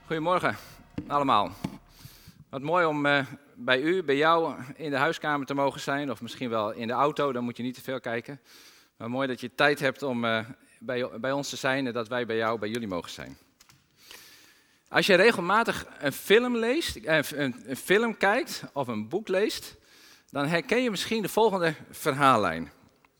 Goedemorgen allemaal. Wat mooi om bij jou in de huiskamer te mogen zijn, of misschien wel in de auto, dan moet je niet te veel kijken. Maar mooi dat je tijd hebt om bij ons te zijn en dat wij bij jullie mogen zijn. Als je regelmatig een film leest, een film kijkt of een boek leest, dan herken je misschien de volgende verhaallijn.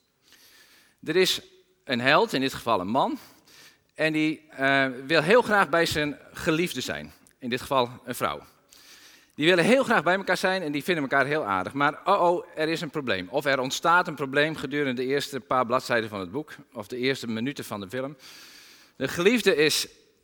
Er is een held, in dit geval een man, en die wil heel graag bij zijn geliefde zijn. In dit geval een vrouw. Die willen heel graag bij elkaar zijn en die vinden elkaar heel aardig. Maar er is een probleem. Of er ontstaat een probleem gedurende de eerste paar bladzijden van het boek. Of de eerste minuten van de film. De geliefde is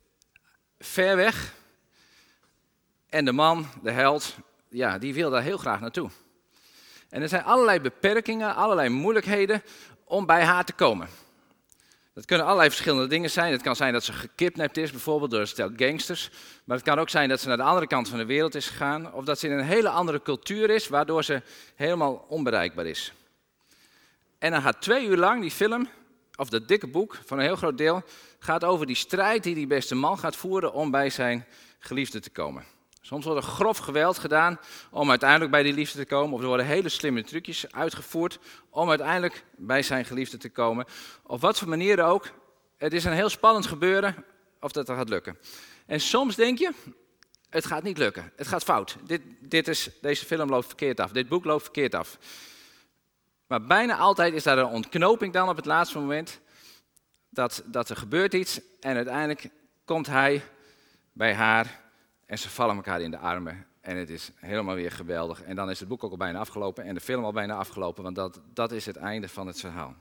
ver weg. En de man, de held, ja, die wil daar heel graag naartoe. En er zijn allerlei beperkingen, allerlei moeilijkheden om bij haar te komen. Dat kunnen allerlei verschillende dingen zijn. Het kan zijn dat ze gekidnapt is, bijvoorbeeld door een stel gangsters. Maar het kan ook zijn dat ze naar de andere kant van de wereld is gegaan. Of dat ze in een hele andere cultuur is, waardoor ze helemaal onbereikbaar is. En dan gaat 2 uur lang die film, of dat dikke boek, van een heel groot deel, gaat over die strijd die beste man gaat voeren om bij zijn geliefde te komen. Soms wordt er grof geweld gedaan om uiteindelijk bij die liefde te komen. Of er worden hele slimme trucjes uitgevoerd om uiteindelijk bij zijn geliefde te komen. Op wat voor manieren ook. Het is een heel spannend gebeuren of dat er gaat lukken. En soms denk je, het gaat niet lukken. Het gaat fout. Deze film loopt verkeerd af. Dit boek loopt verkeerd af. Maar bijna altijd is daar een ontknoping dan op het laatste moment. Dat er gebeurt iets en uiteindelijk komt hij bij haar. En ze vallen elkaar in de armen en het is helemaal weer geweldig. En dan is het boek ook al bijna afgelopen en de film al bijna afgelopen, want dat is het einde van het verhaal.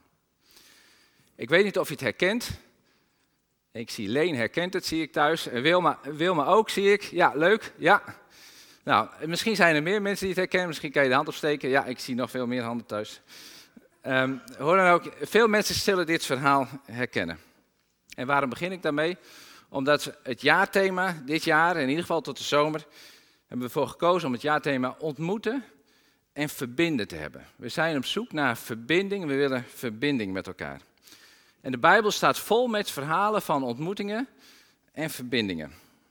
Ik weet niet of je het herkent. Ik zie Leen herkent het, zie ik thuis. En Wilma ook, zie ik. Ja, leuk. Ja. Nou, misschien zijn er meer mensen die het herkennen. Misschien kan je de hand opsteken. Ja, ik zie nog veel meer handen thuis. Hoor dan ook, veel mensen zullen dit verhaal herkennen. En waarom begin ik daarmee? Omdat het jaarthema dit jaar, in ieder geval tot de zomer, hebben we ervoor gekozen om het jaarthema ontmoeten en verbinden te hebben. We zijn op zoek naar verbinding, we willen verbinding met elkaar. En de Bijbel staat vol met verhalen van ontmoetingen en verbindingen.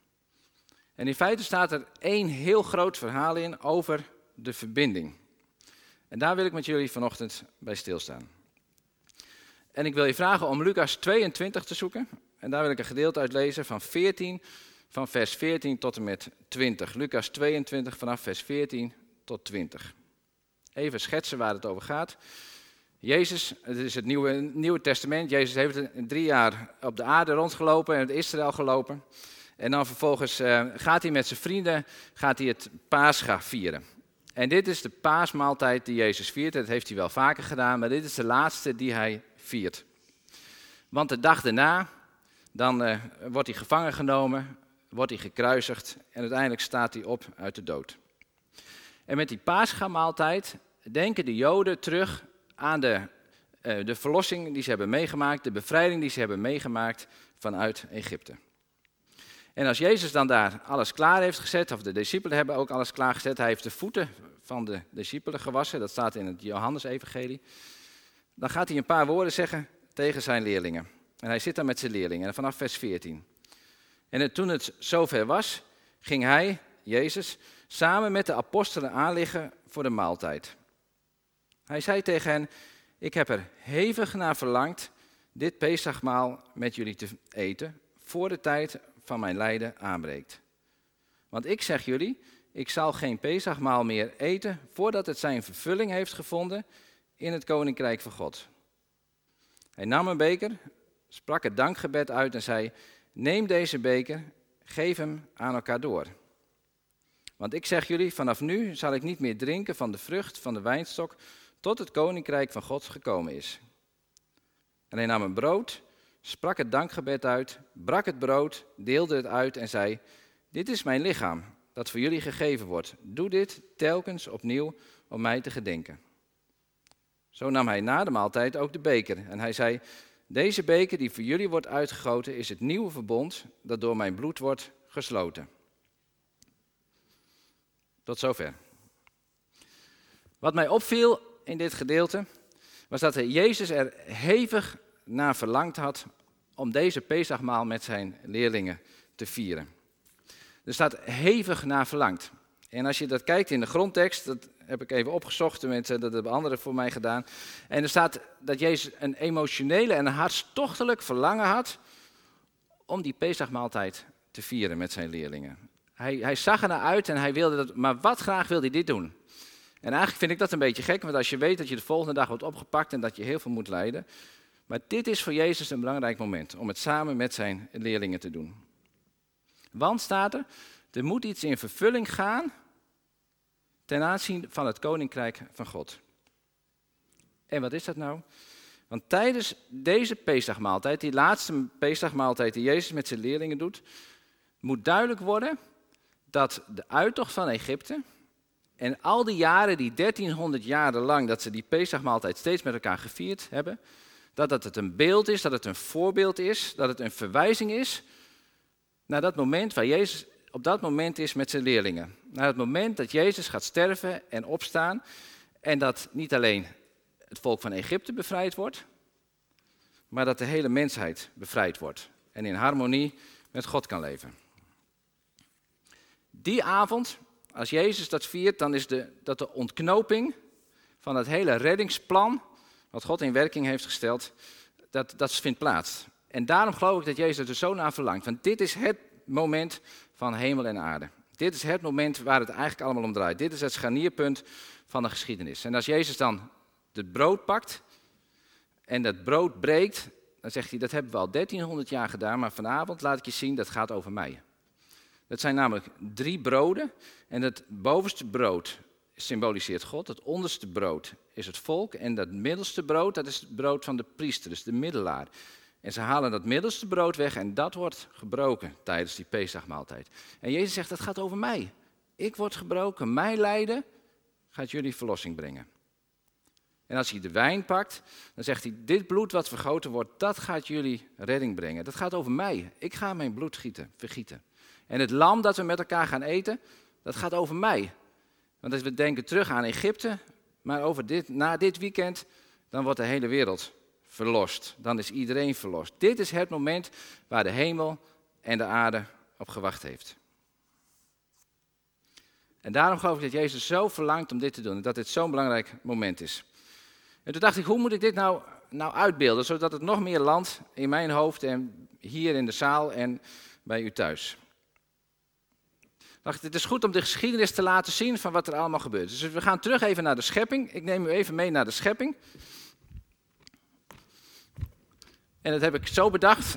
En in feite staat er 1 heel groot verhaal in over de verbinding. En daar wil ik met jullie vanochtend bij stilstaan. En ik wil je vragen om Lucas 22 te zoeken. En daar wil ik een gedeelte uit lezen van vers 14 tot en met 20. Lucas 22 vanaf vers 14 tot 20. Even schetsen waar het over gaat. Jezus, het is het Nieuwe Testament. Jezus heeft 3 jaar op de aarde rondgelopen en het Israël gelopen. En dan vervolgens gaat hij met zijn vrienden het Pascha vieren. En dit is de paasmaaltijd die Jezus viert. Dat heeft hij wel vaker gedaan, maar dit is de laatste die hij viert. Want de dag daarna, dan wordt hij gevangen genomen, wordt hij gekruisigd en uiteindelijk staat hij op uit de dood. En met die Paschamaaltijd denken de Joden terug aan de verlossing die ze hebben meegemaakt, de bevrijding die ze hebben meegemaakt vanuit Egypte. En als Jezus dan daar alles klaar heeft gezet, of de discipelen hebben ook alles klaargezet, hij heeft de voeten van de discipelen gewassen, dat staat in het Johannes-evangelie, dan gaat hij een paar woorden zeggen tegen zijn leerlingen. En hij zit daar met zijn leerlingen, en vanaf vers 14. En toen het zover was, ging hij, Jezus, samen met de apostelen aanliggen voor de maaltijd. Hij zei tegen hen, ik heb er hevig naar verlangd dit Pesachmaal met jullie te eten, voor de tijd van mijn lijden aanbreekt. Want ik zeg jullie, ik zal geen Pesachmaal meer eten, voordat het zijn vervulling heeft gevonden in het Koninkrijk van God. Hij nam een beker, sprak het dankgebed uit en zei, neem deze beker, geef hem aan elkaar door. Want ik zeg jullie, vanaf nu zal ik niet meer drinken van de vrucht van de wijnstok, tot het Koninkrijk van God gekomen is. En hij nam een brood, sprak het dankgebed uit, brak het brood, deelde het uit en zei, dit is mijn lichaam, dat voor jullie gegeven wordt. Doe dit telkens opnieuw om mij te gedenken. Zo nam hij na de maaltijd ook de beker en hij zei, deze beker die voor jullie wordt uitgegoten is het nieuwe verbond dat door mijn bloed wordt gesloten. Tot zover. Wat mij opviel in dit gedeelte was dat Jezus er hevig naar verlangd had om deze Pesachmaal met zijn leerlingen te vieren. Er staat hevig naar verlangt. En als je dat kijkt in de grondtekst, dat heb ik even opgezocht, tenminste dat hebben anderen voor mij gedaan. En er staat dat Jezus een emotionele en een hartstochtelijk verlangen had om die Pesachmaaltijd te vieren met zijn leerlingen. Hij zag er naar uit en hij wilde dat, maar wat graag wilde hij dit doen? En eigenlijk vind ik dat een beetje gek, want als je weet dat je de volgende dag wordt opgepakt en dat je heel veel moet lijden. Maar dit is voor Jezus een belangrijk moment, om het samen met zijn leerlingen te doen. Want staat er moet iets in vervulling gaan ten aanzien van het koninkrijk van God. En wat is dat nou? Want tijdens deze Pesachmaaltijd, die laatste Pesachmaaltijd die Jezus met zijn leerlingen doet, moet duidelijk worden dat de uittocht van Egypte en al die jaren, die 1300 jaren lang dat ze die Pesachmaaltijd steeds met elkaar gevierd hebben, dat het een beeld is, dat het een voorbeeld is, dat het een verwijzing is naar dat moment waar Jezus op dat moment is met zijn leerlingen. Naar het moment dat Jezus gaat sterven en opstaan en dat niet alleen het volk van Egypte bevrijd wordt, maar dat de hele mensheid bevrijd wordt en in harmonie met God kan leven. Die avond, als Jezus dat viert, dan is dat de ontknoping van het hele reddingsplan wat God in werking heeft gesteld, dat vindt plaats. En daarom geloof ik dat Jezus er zo naar verlangt. Want dit is het moment van hemel en aarde. Dit is het moment waar het eigenlijk allemaal om draait. Dit is het scharnierpunt van de geschiedenis. En als Jezus dan het brood pakt en dat brood breekt, dan zegt hij, dat hebben we al 1300 jaar gedaan, maar vanavond laat ik je zien, dat gaat over mij. Dat zijn namelijk 3 broden en het bovenste brood symboliseert God, het onderste brood is het volk en dat middelste brood, dat is het brood van de priester, dus de middelaar. En ze halen dat middelste brood weg en dat wordt gebroken tijdens die Pesachmaaltijd. En Jezus zegt, dat gaat over mij. Ik word gebroken, mijn lijden gaat jullie verlossing brengen. En als hij de wijn pakt, dan zegt hij, dit bloed wat vergoten wordt, dat gaat jullie redding brengen. Dat gaat over mij. Ik ga mijn bloed vergieten. En het lam dat we met elkaar gaan eten, dat gaat over mij. Want als we denken terug aan Egypte, maar na dit weekend, dan wordt de hele wereld verlost. Dan is iedereen verlost. Dit is het moment waar de hemel en de aarde op gewacht heeft. En daarom geloof ik dat Jezus zo verlangt om dit te doen. En dat dit zo'n belangrijk moment is. En toen dacht ik, hoe moet ik dit nou uitbeelden, zodat het nog meer landt in mijn hoofd en hier in de zaal en bij u thuis. Het is goed om de geschiedenis te laten zien van wat er allemaal gebeurt. Dus we gaan terug even naar de schepping. Ik neem u even mee naar de schepping. En dat heb ik zo bedacht.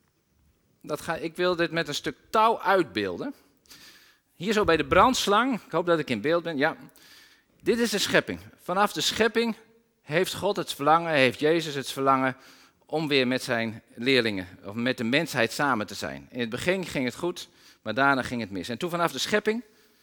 Ik wil dit met een stuk touw uitbeelden. Hier zo bij de brandslang. Ik hoop dat ik in beeld ben. Ja. Dit is de schepping. Vanaf de schepping heeft God het verlangen, heeft Jezus het verlangen om weer met zijn leerlingen, of met de mensheid samen te zijn. In het begin ging het goed, maar daarna ging het mis. En toen vanaf de schepping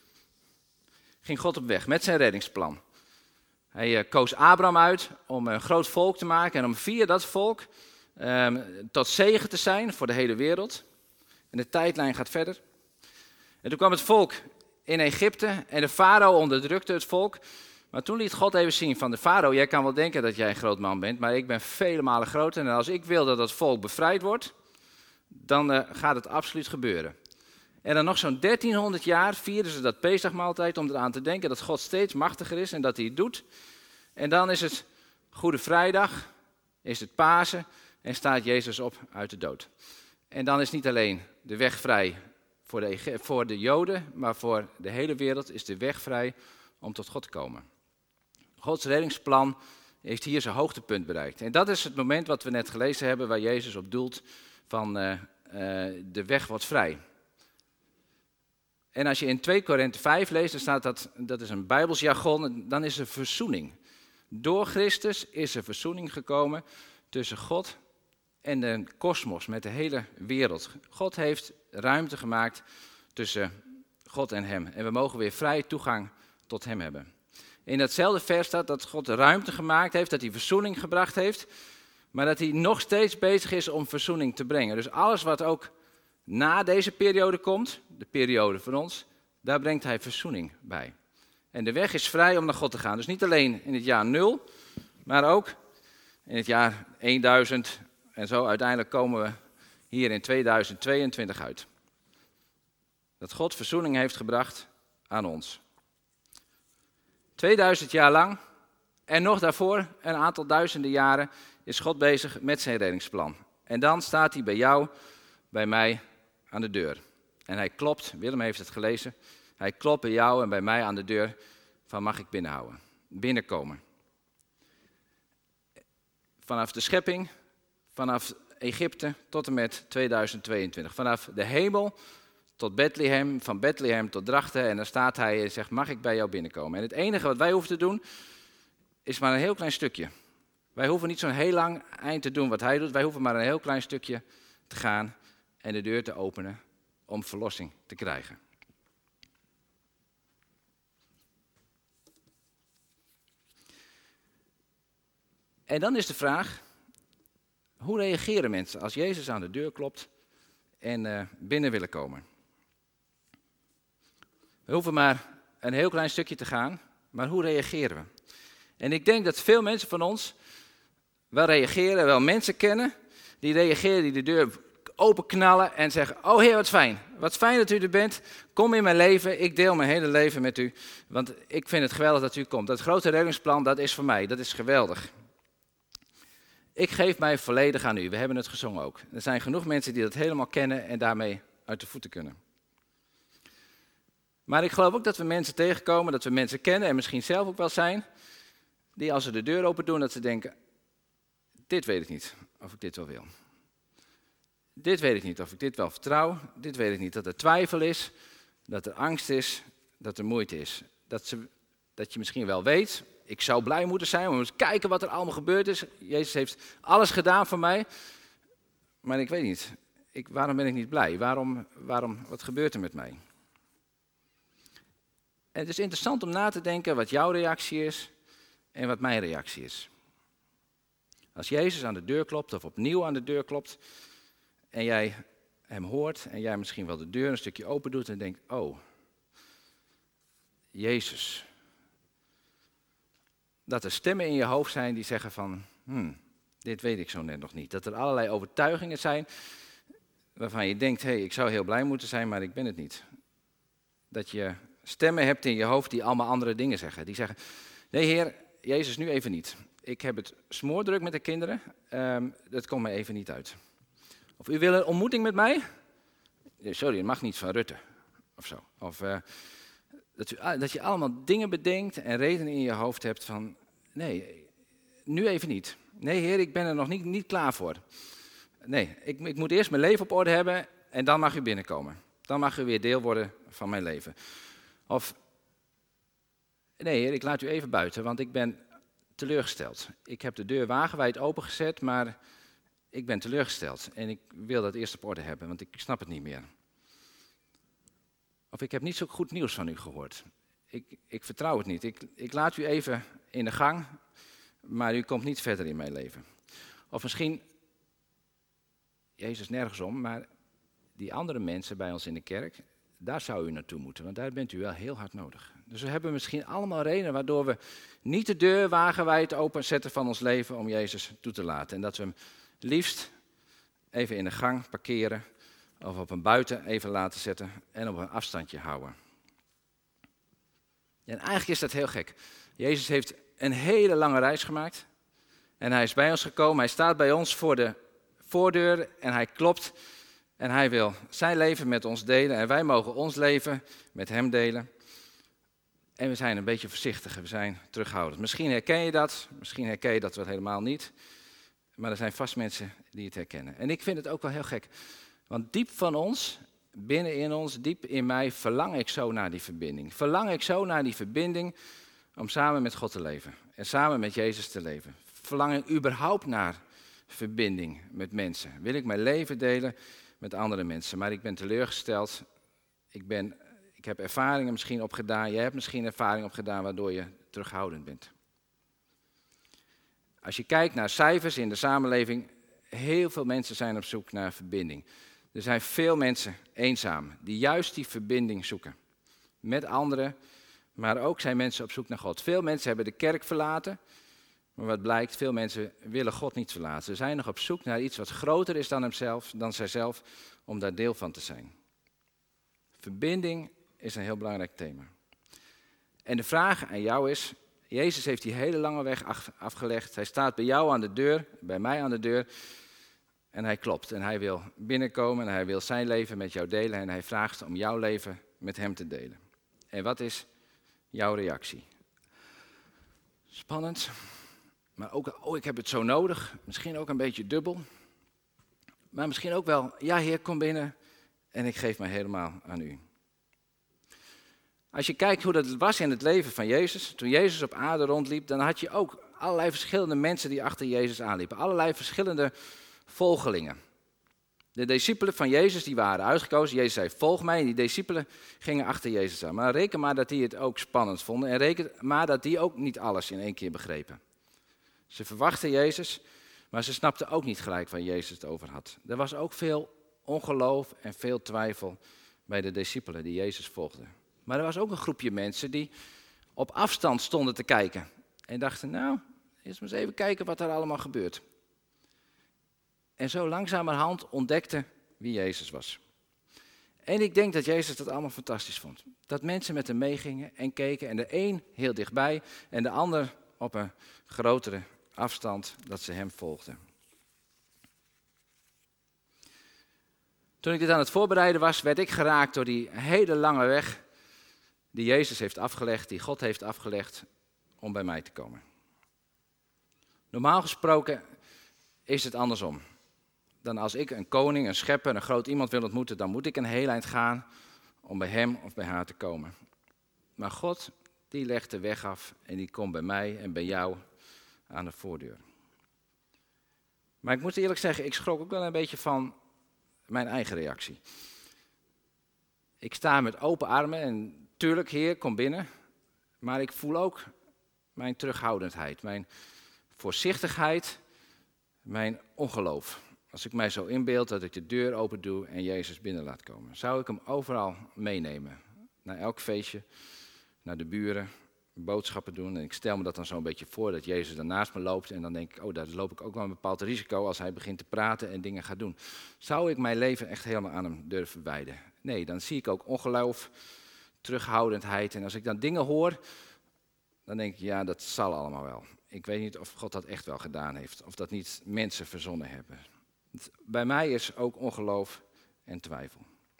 ging God op weg met zijn reddingsplan. Hij koos Abraham uit om een groot volk te maken en om via dat volk tot zegen te zijn voor de hele wereld. En de tijdlijn gaat verder. En toen kwam het volk in Egypte en de farao onderdrukte het volk. Maar toen liet God even zien van de farao, jij kan wel denken dat jij een groot man bent, maar ik ben vele malen groter. En als ik wil dat het volk bevrijd wordt, dan gaat het absoluut gebeuren. En dan nog zo'n 1300 jaar vierden ze dat Pesachmaaltijd om eraan te denken dat God steeds machtiger is en dat hij het doet. En dan is het Goede Vrijdag, is het Pasen en staat Jezus op uit de dood. En dan is niet alleen de weg vrij voor de Joden, maar voor de hele wereld is de weg vrij om tot God te komen. Gods reddingsplan heeft hier zijn hoogtepunt bereikt. En dat is het moment wat we net gelezen hebben, waar Jezus op doelt van de weg wordt vrij. En als je in 2 Korinthe 5 leest, dan staat dat is een Bijbels jargon, dan is er verzoening. Door Christus is er verzoening gekomen tussen God en de kosmos, met de hele wereld. God heeft ruimte gemaakt tussen God en hem. En we mogen weer vrij toegang tot hem hebben. In datzelfde vers staat dat God ruimte gemaakt heeft, dat hij verzoening gebracht heeft, maar dat hij nog steeds bezig is om verzoening te brengen. Dus alles wat ook na deze periode komt, de periode van ons, daar brengt hij verzoening bij. En de weg is vrij om naar God te gaan. Dus niet alleen in het jaar 0, maar ook in het jaar 1000 en zo. Uiteindelijk komen we hier in 2022 uit. Dat God verzoening heeft gebracht aan ons. 2000 jaar lang en nog daarvoor een aantal duizenden jaren is God bezig met zijn reddingsplan. En dan staat hij bij jou, bij mij aan de deur. En hij klopt, Willem heeft het gelezen, hij klopt bij jou en bij mij aan de deur van mag ik binnenkomen. Vanaf de schepping, vanaf Egypte tot en met 2022. Vanaf de hemel tot Bethlehem, van Bethlehem tot Drachten. En dan staat hij en zegt, mag ik bij jou binnenkomen? En het enige wat wij hoeven te doen, is maar een heel klein stukje. Wij hoeven niet zo'n heel lang eind te doen wat hij doet. Wij hoeven maar een heel klein stukje te gaan en de deur te openen om verlossing te krijgen. En dan is de vraag, hoe reageren mensen als Jezus aan de deur klopt en binnen willen komen? We hoeven maar een heel klein stukje te gaan, maar hoe reageren we? En ik denk dat veel mensen van ons wel reageren, wel mensen kennen, die reageren, die de deur openknallen en zeggen, oh Heer, wat fijn dat u er bent, kom in mijn leven, ik deel mijn hele leven met u, want ik vind het geweldig dat u komt. Dat grote reddingsplan, dat is voor mij, dat is geweldig. Ik geef mij volledig aan u, we hebben het gezongen ook. Er zijn genoeg mensen die dat helemaal kennen en daarmee uit de voeten kunnen. Maar ik geloof ook dat we mensen tegenkomen, dat we mensen kennen en misschien zelf ook wel zijn, die als ze de deur open doen, dat ze denken, dit weet ik niet of ik dit wel wil. Dit weet ik niet of ik dit wel vertrouw, dit weet ik niet. Dat er twijfel is, dat er angst is, dat er moeite is. Dat je misschien wel weet, ik zou blij moeten zijn, we moeten kijken wat er allemaal gebeurd is. Jezus heeft alles gedaan voor mij, maar ik weet niet. Waarom ben ik niet blij? Wat gebeurt er met mij? En het is interessant om na te denken wat jouw reactie is en wat mijn reactie is. Als Jezus aan de deur klopt of opnieuw aan de deur klopt en jij hem hoort en jij misschien wel de deur een stukje open doet en denkt, oh, Jezus. Dat er stemmen in je hoofd zijn die zeggen van, dit weet ik zo net nog niet. Dat er allerlei overtuigingen zijn waarvan je denkt, ik zou heel blij moeten zijn, maar ik ben het niet. Dat je stemmen hebt in je hoofd die allemaal andere dingen zeggen. Die zeggen, nee Heer, Jezus nu even niet. Ik heb het smoordruk met de kinderen, dat komt me even niet uit. Of u wil een ontmoeting met mij? Sorry, dat mag niet van Rutte. Of zo. Of dat je allemaal dingen bedenkt en redenen in je hoofd hebt van, nee, nu even niet. Nee Heer, ik ben er nog niet klaar voor. Nee, ik moet eerst mijn leven op orde hebben en dan mag u binnenkomen. Dan mag u weer deel worden van mijn leven. Of, nee Heer, ik laat u even buiten, want ik ben teleurgesteld. Ik heb de deur wagenwijd opengezet, maar ik ben teleurgesteld. En ik wil dat eerst op orde hebben, want ik snap het niet meer. Of ik heb niet zo goed nieuws van u gehoord. Ik vertrouw het niet. Ik laat u even in de gang, maar u komt niet verder in mijn leven. Of misschien, Jezus nergens om, maar die andere mensen bij ons in de kerk, daar zou u naartoe moeten, want daar bent u wel heel hard nodig. Dus we hebben misschien allemaal redenen waardoor we niet de deur wagenwijd openzetten van ons leven om Jezus toe te laten. En dat we hem liefst even in de gang parkeren of op een buiten even laten zetten en op een afstandje houden. En eigenlijk is dat heel gek. Jezus heeft een hele lange reis gemaakt en hij is bij ons gekomen. Hij staat bij ons voor de voordeur en hij klopt en hij wil zijn leven met ons delen en wij mogen ons leven met hem delen. En we zijn een beetje voorzichtig, we zijn terughoudend. Misschien herken je dat, misschien herken je dat wel helemaal niet. Maar er zijn vast mensen die het herkennen. En ik vind het ook wel heel gek. Want diep van ons, binnenin ons, diep in mij, verlang ik zo naar die verbinding. Verlang ik zo naar die verbinding om samen met God te leven. En samen met Jezus te leven. Verlang ik überhaupt naar verbinding met mensen. Wil ik mijn leven delen met andere mensen. Maar ik ben teleurgesteld. Ik heb ervaringen misschien opgedaan. Jij hebt misschien ervaringen opgedaan waardoor je terughoudend bent. Als je kijkt naar cijfers in de samenleving, heel veel mensen zijn op zoek naar verbinding. Er zijn veel mensen eenzaam, die juist die verbinding zoeken. Met anderen, maar ook zijn mensen op zoek naar God. Veel mensen hebben de kerk verlaten, maar wat blijkt, veel mensen willen God niet verlaten. Ze zijn nog op zoek naar iets wat groter is dan zijzelf, om daar deel van te zijn. Verbinding is een heel belangrijk thema. En de vraag aan jou is, Jezus heeft die hele lange weg afgelegd. Hij staat bij jou aan de deur, bij mij aan de deur. En hij klopt en hij wil binnenkomen en hij wil zijn leven met jou delen. En hij vraagt om jouw leven met hem te delen. En wat is jouw reactie? Spannend, maar ook, ik heb het zo nodig. Misschien ook een beetje dubbel. Maar misschien ook wel, ja Heer, kom binnen en ik geef mij helemaal aan u. Als je kijkt hoe dat was in het leven van Jezus, toen Jezus op aarde rondliep, dan had je ook allerlei verschillende mensen die achter Jezus aanliepen. Allerlei verschillende volgelingen. De discipelen van Jezus die waren uitgekozen. Jezus zei, volg mij. En die discipelen gingen achter Jezus aan. Maar reken maar dat die het ook spannend vonden. En reken maar dat die ook niet alles in één keer begrepen. Ze verwachten Jezus, maar ze snapten ook niet gelijk waar Jezus het over had. Er was ook veel ongeloof en veel twijfel bij de discipelen die Jezus volgden. Maar er was ook een groepje mensen die op afstand stonden te kijken. En dachten, nou, eerst maar eens even kijken wat er allemaal gebeurt. En zo langzamerhand ontdekte wie Jezus was. En ik denk dat Jezus dat allemaal fantastisch vond. Dat mensen met hem meegingen en keken. En de een heel dichtbij en de ander op een grotere afstand dat ze hem volgden. Toen ik dit aan het voorbereiden was, werd ik geraakt door die hele lange weg die Jezus heeft afgelegd, die God heeft afgelegd om bij mij te komen. Normaal gesproken is het andersom. Dan als ik een koning, een schepper, een groot iemand wil ontmoeten, dan moet ik een heel eind gaan om bij hem of bij haar te komen. Maar God, die legt de weg af en die komt bij mij en bij jou aan de voordeur. Maar ik moet eerlijk zeggen, ik schrok ook wel een beetje van mijn eigen reactie. Ik sta met open armen en tuurlijk, Heer, kom binnen. Maar ik voel ook mijn terughoudendheid, mijn voorzichtigheid, mijn ongeloof. Als ik mij zo inbeeld dat ik de deur open doe en Jezus binnen laat komen. Zou ik hem overal meenemen? Naar elk feestje, naar de buren, boodschappen doen. En ik stel me dat dan zo'n beetje voor dat Jezus dan naast me loopt. En dan denk ik, daar loop ik ook wel een bepaald risico als hij begint te praten en dingen gaat doen. Zou ik mijn leven echt helemaal aan hem durven wijden? Nee, dan zie ik ook ongeloof, terughoudendheid. En als ik dan dingen hoor, dan denk ik, ja, dat zal allemaal wel. Ik weet niet of God dat echt wel gedaan heeft. Of dat niet mensen verzonnen hebben. Bij mij is ook ongeloof en twijfel.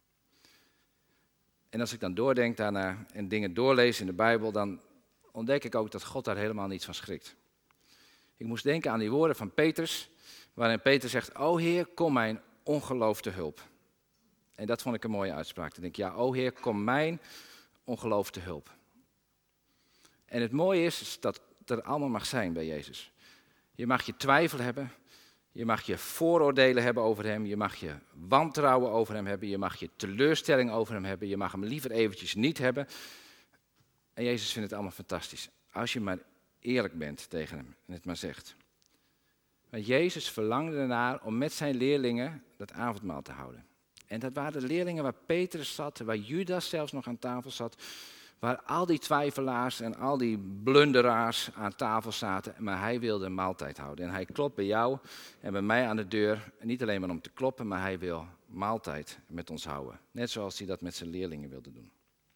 En als ik dan doordenk daarna en dingen doorlees in de Bijbel, dan ontdek ik ook dat God daar helemaal niet van schrikt. Ik moest denken aan die woorden van Petrus, waarin Petrus zegt, o Heer, kom mijn ongeloof te hulp. En dat vond ik een mooie uitspraak. Dan denk ik, ja, o Heer, kom mijn ongeloof te hulp. En het mooie is dat het er allemaal mag zijn bij Jezus. Je mag je twijfel hebben. Je mag je vooroordelen hebben over hem, je mag je wantrouwen over hem hebben, je mag je teleurstelling over hem hebben, je mag hem liever eventjes niet hebben. En Jezus vindt het allemaal fantastisch, als je maar eerlijk bent tegen hem en het maar zegt. Want Jezus verlangde ernaar om met zijn leerlingen dat avondmaal te houden. En dat waren de leerlingen waar Petrus zat, waar Judas zelfs nog aan tafel zat, waar al die twijfelaars en al die blunderaars aan tafel zaten. Maar hij wilde een maaltijd houden. En hij klopt bij jou en bij mij aan de deur. En niet alleen maar om te kloppen, maar hij wil maaltijd met ons houden. Net zoals hij dat met zijn leerlingen wilde doen.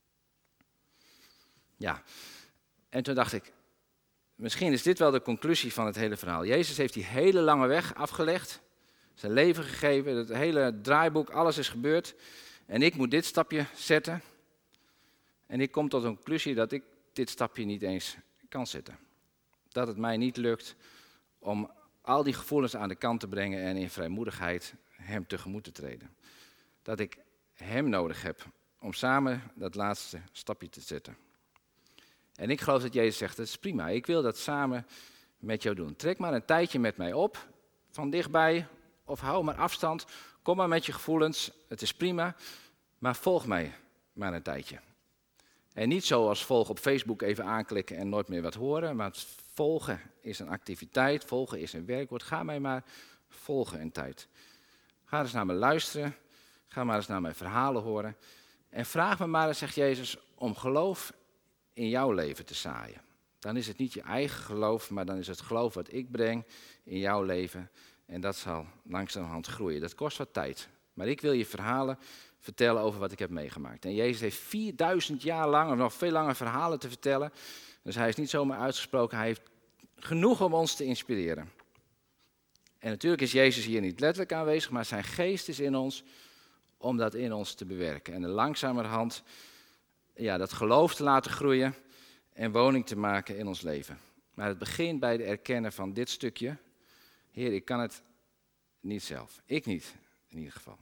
Ja, en toen dacht ik, misschien is dit wel de conclusie van het hele verhaal. Jezus heeft die hele lange weg afgelegd. Zijn leven gegeven, het hele draaiboek, alles is gebeurd. En ik moet dit stapje zetten. En ik kom tot de conclusie dat ik dit stapje niet eens kan zetten. Dat het mij niet lukt om al die gevoelens aan de kant te brengen en in vrijmoedigheid hem tegemoet te treden. Dat ik hem nodig heb om samen dat laatste stapje te zetten. En ik geloof dat Jezus zegt, dat is prima, ik wil dat samen met jou doen. Trek maar een tijdje met mij op, van dichtbij, of hou maar afstand. Kom maar met je gevoelens, het is prima, maar volg mij maar een tijdje. En niet zoals volgen op Facebook even aanklikken en nooit meer wat horen. Maar het volgen is een activiteit, volgen is een werkwoord. Ga mij maar volgen een tijd. Ga eens naar me luisteren, ga maar eens naar mijn verhalen horen. En vraag me maar eens, zegt Jezus, om geloof in jouw leven te zaaien. Dan is het niet je eigen geloof, maar dan is het geloof wat ik breng in jouw leven. En dat zal langzamerhand groeien. Dat kost wat tijd. Maar ik wil je verhalen vertellen over wat ik heb meegemaakt. En Jezus heeft 4000 jaar lang, of nog veel langer verhalen te vertellen. Dus hij is niet zomaar uitgesproken, hij heeft genoeg om ons te inspireren. En natuurlijk is Jezus hier niet letterlijk aanwezig, maar zijn geest is in ons om dat in ons te bewerken. En langzamerhand dat geloof te laten groeien en woning te maken in ons leven. Maar het begint bij het erkennen van dit stukje. Heer, ik kan het niet zelf. Ik niet, in ieder geval.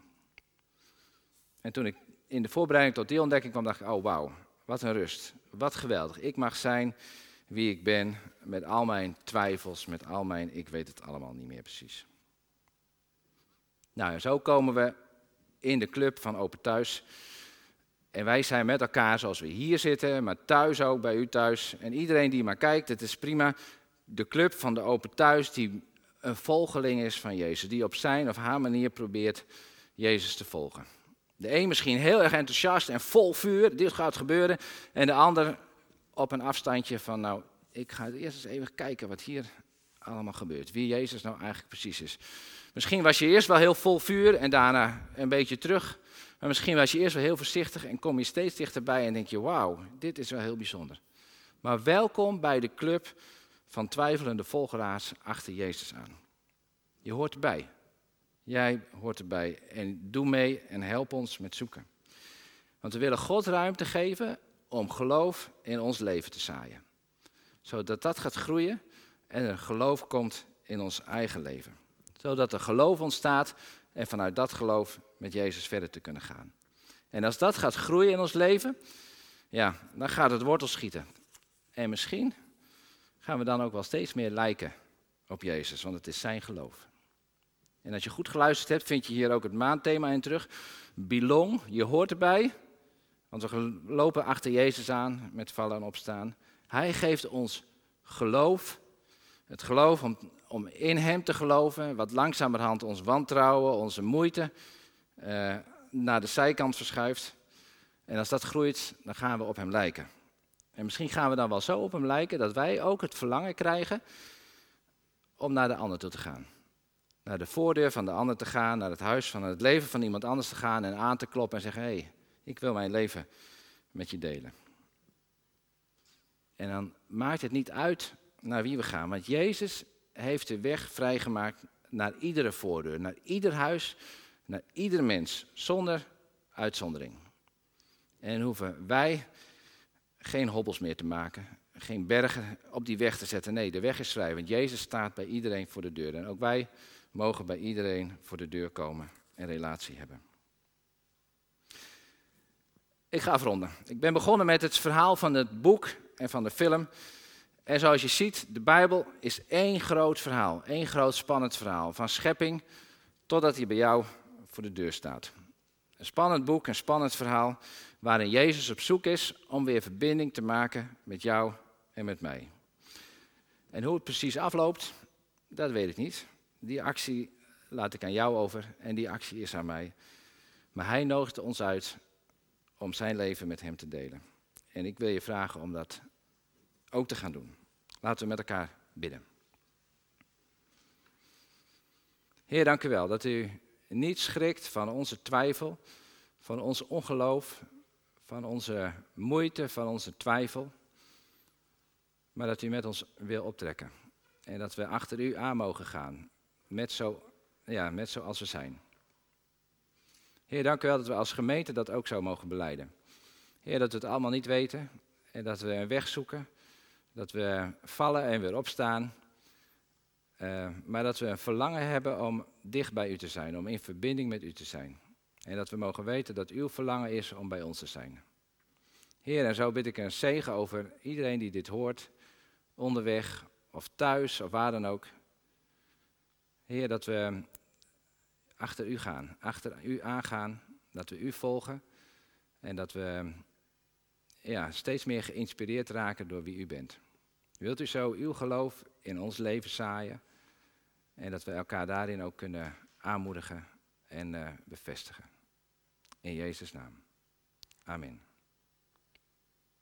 En toen ik in de voorbereiding tot die ontdekking kwam, dacht ik, oh wauw, wat een rust. Wat geweldig. Ik mag zijn wie ik ben, met al mijn twijfels, met al mijn, ik weet het allemaal niet meer precies. Nou, en zo komen we in de club van Open Thuis. En wij zijn met elkaar zoals we hier zitten, maar thuis ook, bij u thuis. En iedereen die maar kijkt, het is prima. De club van de Open Thuis die een volgeling is van Jezus. Die op zijn of haar manier probeert Jezus te volgen. De een misschien heel erg enthousiast en vol vuur, dit gaat gebeuren. En de ander op een afstandje van, nou, ik ga eerst eens even kijken wat hier allemaal gebeurt. Wie Jezus nou eigenlijk precies is. Misschien was je eerst wel heel vol vuur en daarna een beetje terug. Maar misschien was je eerst wel heel voorzichtig en kom je steeds dichterbij en denk je, wauw, dit is wel heel bijzonder. Maar welkom bij de club van twijfelende volgeraars achter Jezus aan. Je hoort erbij. Jij hoort erbij en doe mee en help ons met zoeken. Want we willen God ruimte geven om geloof in ons leven te zaaien. Zodat dat gaat groeien en er geloof komt in ons eigen leven. Zodat er geloof ontstaat en vanuit dat geloof met Jezus verder te kunnen gaan. En als dat gaat groeien in ons leven, dan gaat het wortel schieten. En misschien gaan we dan ook wel steeds meer lijken op Jezus, want het is zijn geloof. En als je goed geluisterd hebt, vind je hier ook het maandthema in terug. Belong, je hoort erbij, want we lopen achter Jezus aan met vallen en opstaan. Hij geeft ons geloof, het geloof om in hem te geloven, wat langzamerhand ons wantrouwen, onze moeite naar de zijkant verschuift. En als dat groeit, dan gaan we op hem lijken. En misschien gaan we dan wel zo op hem lijken dat wij ook het verlangen krijgen om naar de ander toe te gaan. Naar de voordeur van de ander te gaan, naar het huis van het leven van iemand anders te gaan en aan te kloppen en zeggen, hé, ik wil mijn leven met je delen. En dan maakt het niet uit naar wie we gaan, want Jezus heeft de weg vrijgemaakt naar iedere voordeur, naar ieder huis, naar ieder mens, zonder uitzondering. En hoeven wij geen hobbels meer te maken, geen bergen op die weg te zetten. Nee, de weg is vrij, want Jezus staat bij iedereen voor de deur. En ook wij mogen bij iedereen voor de deur komen en relatie hebben. Ik ga afronden. Ik ben begonnen met het verhaal van het boek en van de film. En zoals je ziet, de Bijbel is één groot verhaal, één groot spannend verhaal. Van schepping totdat hij bij jou voor de deur staat. Een spannend boek, een spannend verhaal, waarin Jezus op zoek is om weer verbinding te maken met jou en met mij. En hoe het precies afloopt, dat weet ik niet. Die actie laat ik aan jou over en die actie is aan mij. Maar hij nodigt ons uit om zijn leven met hem te delen. En ik wil je vragen om dat ook te gaan doen. Laten we met elkaar bidden. Heer, dank u wel dat u niet schrikt van onze twijfel, van ons ongeloof, van onze moeite, van onze twijfel. Maar dat u met ons wil optrekken. En dat we achter u aan mogen gaan. Met zoals we zijn. Heer, dank u wel dat we als gemeente dat ook zo mogen belijden. Heer, dat we het allemaal niet weten. En dat we een weg zoeken. Dat we vallen en weer opstaan. Maar dat we een verlangen hebben om dicht bij u te zijn. Om in verbinding met u te zijn. En dat we mogen weten dat uw verlangen is om bij ons te zijn. Heer, en zo bid ik een zegen over iedereen die dit hoort. Onderweg of thuis of waar dan ook. Heer, dat we achter u gaan, achter u aangaan, dat we u volgen en dat we steeds meer geïnspireerd raken door wie u bent. Wilt u zo uw geloof in ons leven zaaien en dat we elkaar daarin ook kunnen aanmoedigen en bevestigen. In Jezus' naam. Amen.